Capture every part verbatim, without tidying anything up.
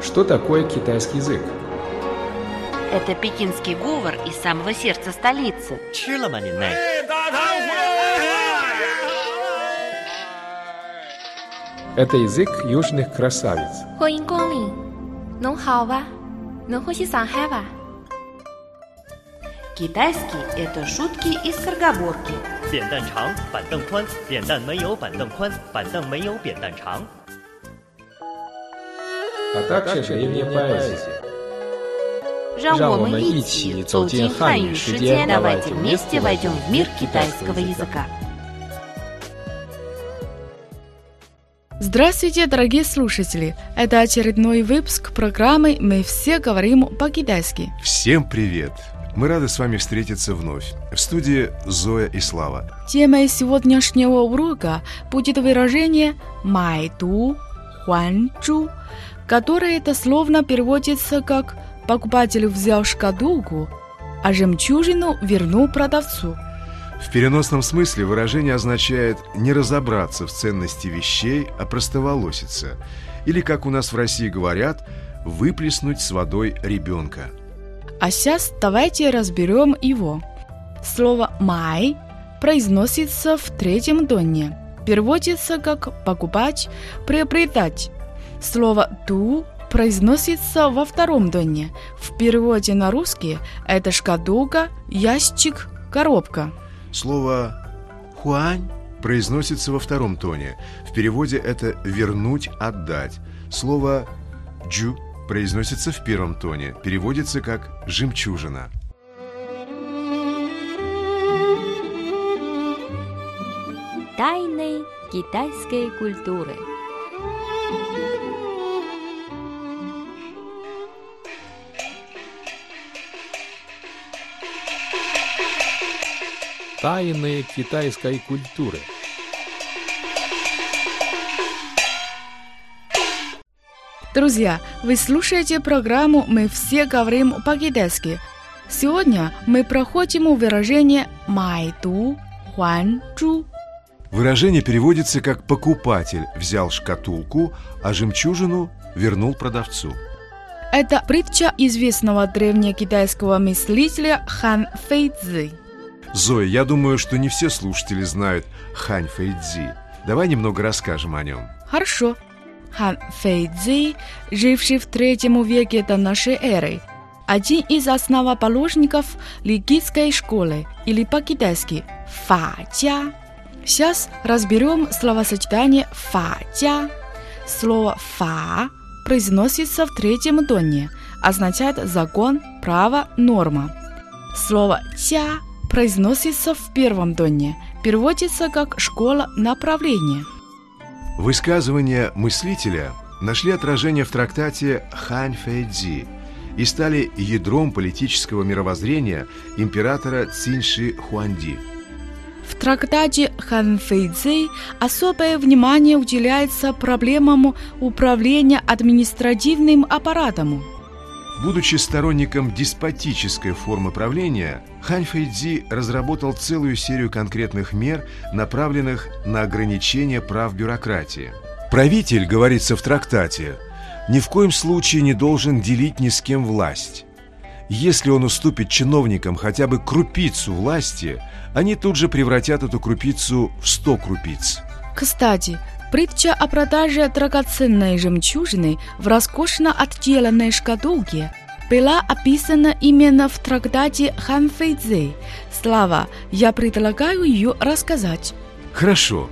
Что такое китайский язык? Это пекинский говор из самого сердца столицы. Это язык южных красавиц. Китайский – это шутки и скороговорки. А также древняя поэзия. 让我们一起走进汉语世界， давайте вместе войдем в мир китайского языка. Здравствуйте, дорогие слушатели! Это очередной выпуск программы «Мы все говорим по-китайски». Всем привет! Мы рады с вами встретиться вновь. В студии Зоя и Слава. Темой сегодняшнего урока будет выражение «майду хуанчжу», которое дословно переводится как «покупатель взял шкатулку, а жемчужину вернул продавцу». В переносном смысле выражение означает не разобраться в ценности вещей, а простоволоситься. Или, как у нас в России говорят, выплеснуть с водой ребенка. А сейчас давайте разберем его. Слово «май» произносится в третьем тоне. Переводится как «покупать», «приобретать». Слово «ду» произносится во втором тоне. В переводе на русский это шкатулка, ящик, коробка. Слово «хуань» произносится во втором тоне. В переводе это «вернуть», «отдать». Слово «джу» произносится в первом тоне. Переводится как «жемчужина». Тайны китайской культуры. Тайны китайской культуры. Друзья, вы слушаете программу «Мы все говорим по-китайски». Сегодня мы проходим выражение «майду хуанчжу». Выражение переводится как «покупатель взял шкатулку, а жемчужину вернул продавцу». Это притча известного древнекитайского мыслителя Хан Фэйцзи. Зоя, я думаю, что не все слушатели знают Хань Фэйцзи. Давай немного расскажем о нем. Хорошо. Хан Фэйцзи, живший в третьем веке до нашей эры, один из основоположников ликитской школы, или по-китайски «фа-джа». Сейчас разберем словосочетание «фа-джа». Слово «фа» произносится в третьем тоне, означает «закон», «право», «норма». Слово «джа» произносится в первом тоне, переводится как «школа направления». Высказывания мыслителя нашли отражение в трактате Хань Фэйцзи и стали ядром политического мировоззрения императора Цинь-Ши Хуанди. В трактате Хан Фэйцзи особое внимание уделяется проблемам управления административным аппаратом. Будучи сторонником деспотической формы правления, Хань Фэйцзи разработал целую серию конкретных мер, направленных на ограничение прав бюрократии. Правитель, говорится в трактате, ни в коем случае не должен делить ни с кем власть. Если он уступит чиновникам хотя бы крупицу власти, они тут же превратят эту крупицу в сто крупиц. Кстати, притча о продаже драгоценной жемчужины в роскошно отделанной шкатулке была описана именно в трактате Хан Фэйцзи. Слава, я предлагаю ее рассказать. Хорошо.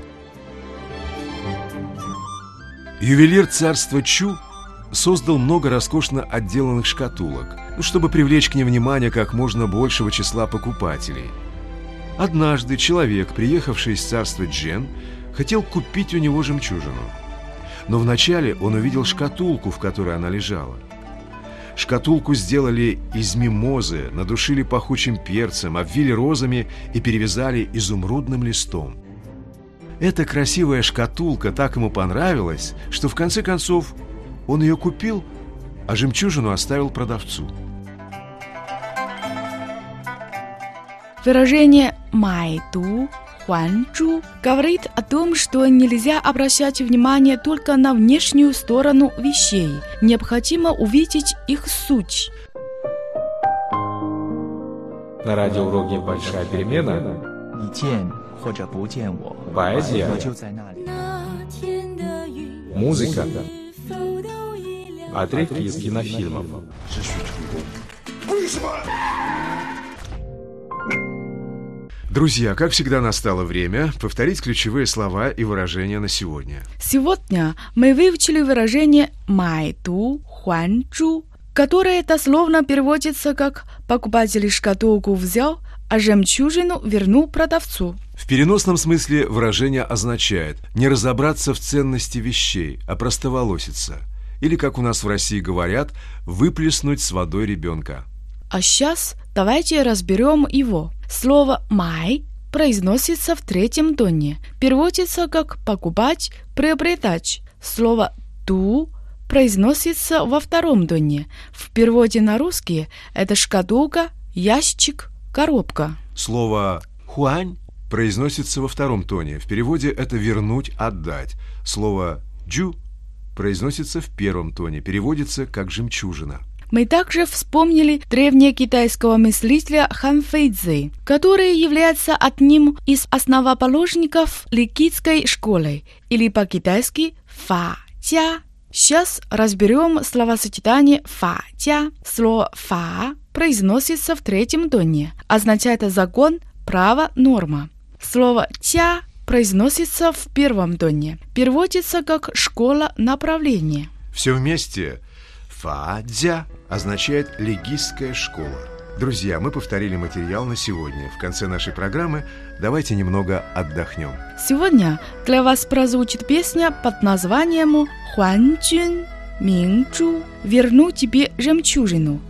Ювелир царства Чу создал много роскошно отделанных шкатулок, чтобы привлечь к ним внимание как можно большего числа покупателей. Однажды человек, приехавший из царства Джен, хотел купить у него жемчужину. Но вначале он увидел шкатулку, в которой она лежала. Шкатулку сделали из мимозы, надушили пахучим перцем, обвили розами и перевязали изумрудным листом. Эта красивая шкатулка так ему понравилась, что в конце концов он ее купил, а жемчужину оставил продавцу. Выражение «майду хуанчжу говорит о том, что нельзя обращать внимание только на внешнюю сторону вещей. Необходимо увидеть их суть. На радиоуроке «Большая перемена» поэзия, музыка, отрывки из кинофильмов. Друзья, как всегда настало время повторить ключевые слова и выражения на сегодня. Сегодня мы выучили выражение «майду хуанчжу», которое дословно переводится как «покупатель шкатулку взял, а жемчужину вернул продавцу». В переносном смысле выражение означает не разобраться в ценности вещей, а простоволоситься. Или, как у нас в России говорят, выплеснуть с водой ребенка. А сейчас давайте разберем его. Слово «май» произносится в третьем тоне. Переводится как «покупать», «приобретать». Слово «ту» произносится во втором тоне. В переводе на русский это шкатулка, ящик, коробка. Слово «хуань» произносится во втором тоне. В переводе это «вернуть», «отдать». Слово «джу» произносится в первом тоне. Переводится как «жемчужина». Мы также вспомнили древнекитайского мыслителя Хан Фэйцзи, который является одним из основоположников ликитской школы, или по-китайски «фа-тя». Сейчас разберем словосочетание «фа-тя». Слово «фа» произносится в третьем тоне. Означает закон, право, норма. Слово «тя» произносится в первом тоне. Переводится как «школа, направление». Все вместе «фа-дзя» означает «легистская школа». Друзья, мы повторили материал на сегодня. В конце нашей программы давайте немного отдохнем. Сегодня для вас прозвучит песня под названием «Хуанчжун Минчжу» «Верну тебе жемчужину».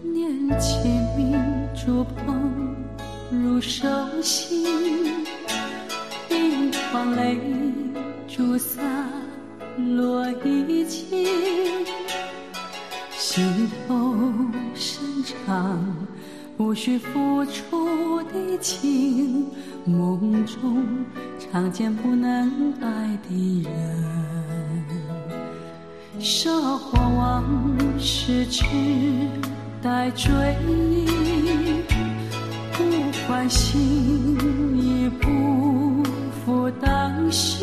不需付出的情，梦中常见不能爱的人。韶华往事只待追忆，不换心意，不负当时。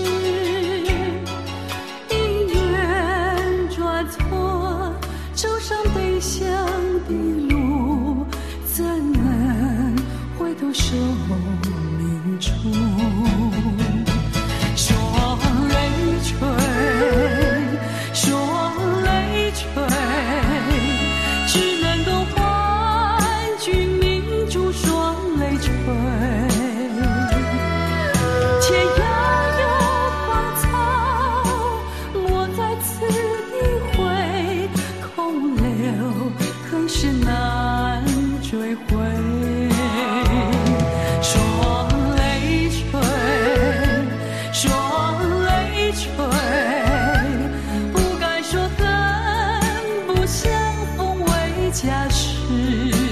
因缘转错，走上悲伤的路，怎能回头收命处？说泪垂，说泪垂，只能够换取命中双泪垂。天涯有芳草，莫在此理会，空留恨是难追回。说泪垂，说泪垂，不该说恨不相逢为家事。